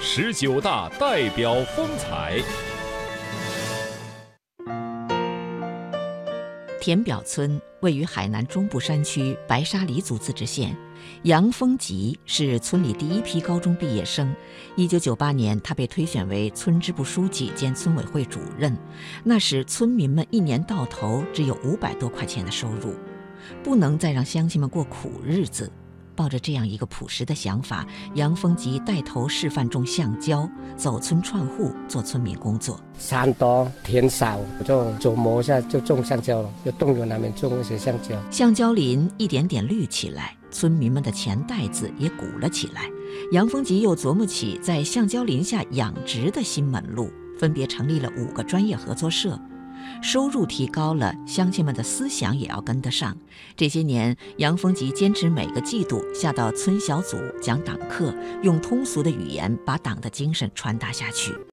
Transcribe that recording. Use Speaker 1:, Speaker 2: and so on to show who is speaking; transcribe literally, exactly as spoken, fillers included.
Speaker 1: 十九大代表风采。
Speaker 2: 田表村位于海南中部山区白沙里族自治县，杨丰吉是村里第一批高中毕业生。一九九八年，他被推选为村支部书记兼村委会主任。那时，村民们一年到头只有五百多块钱的收入，不能再让乡亲们过苦日子。抱着这样一个朴实的想法，杨丰吉带头示范种橡胶，走村串户做村民工作。
Speaker 3: 山多田少，我就琢磨一下就种橡胶了，就动员他们种一些橡胶。
Speaker 2: 橡胶林一点点绿起来，村民们的钱袋子也鼓了起来。杨丰吉又琢磨起在橡胶林下养殖的新门路，分别成立了五个专业合作社。收入提高了，乡亲们的思想也要跟得上。这些年，杨丰吉坚持每个季度下到村小组讲党课，用通俗的语言把党的精神传达下去。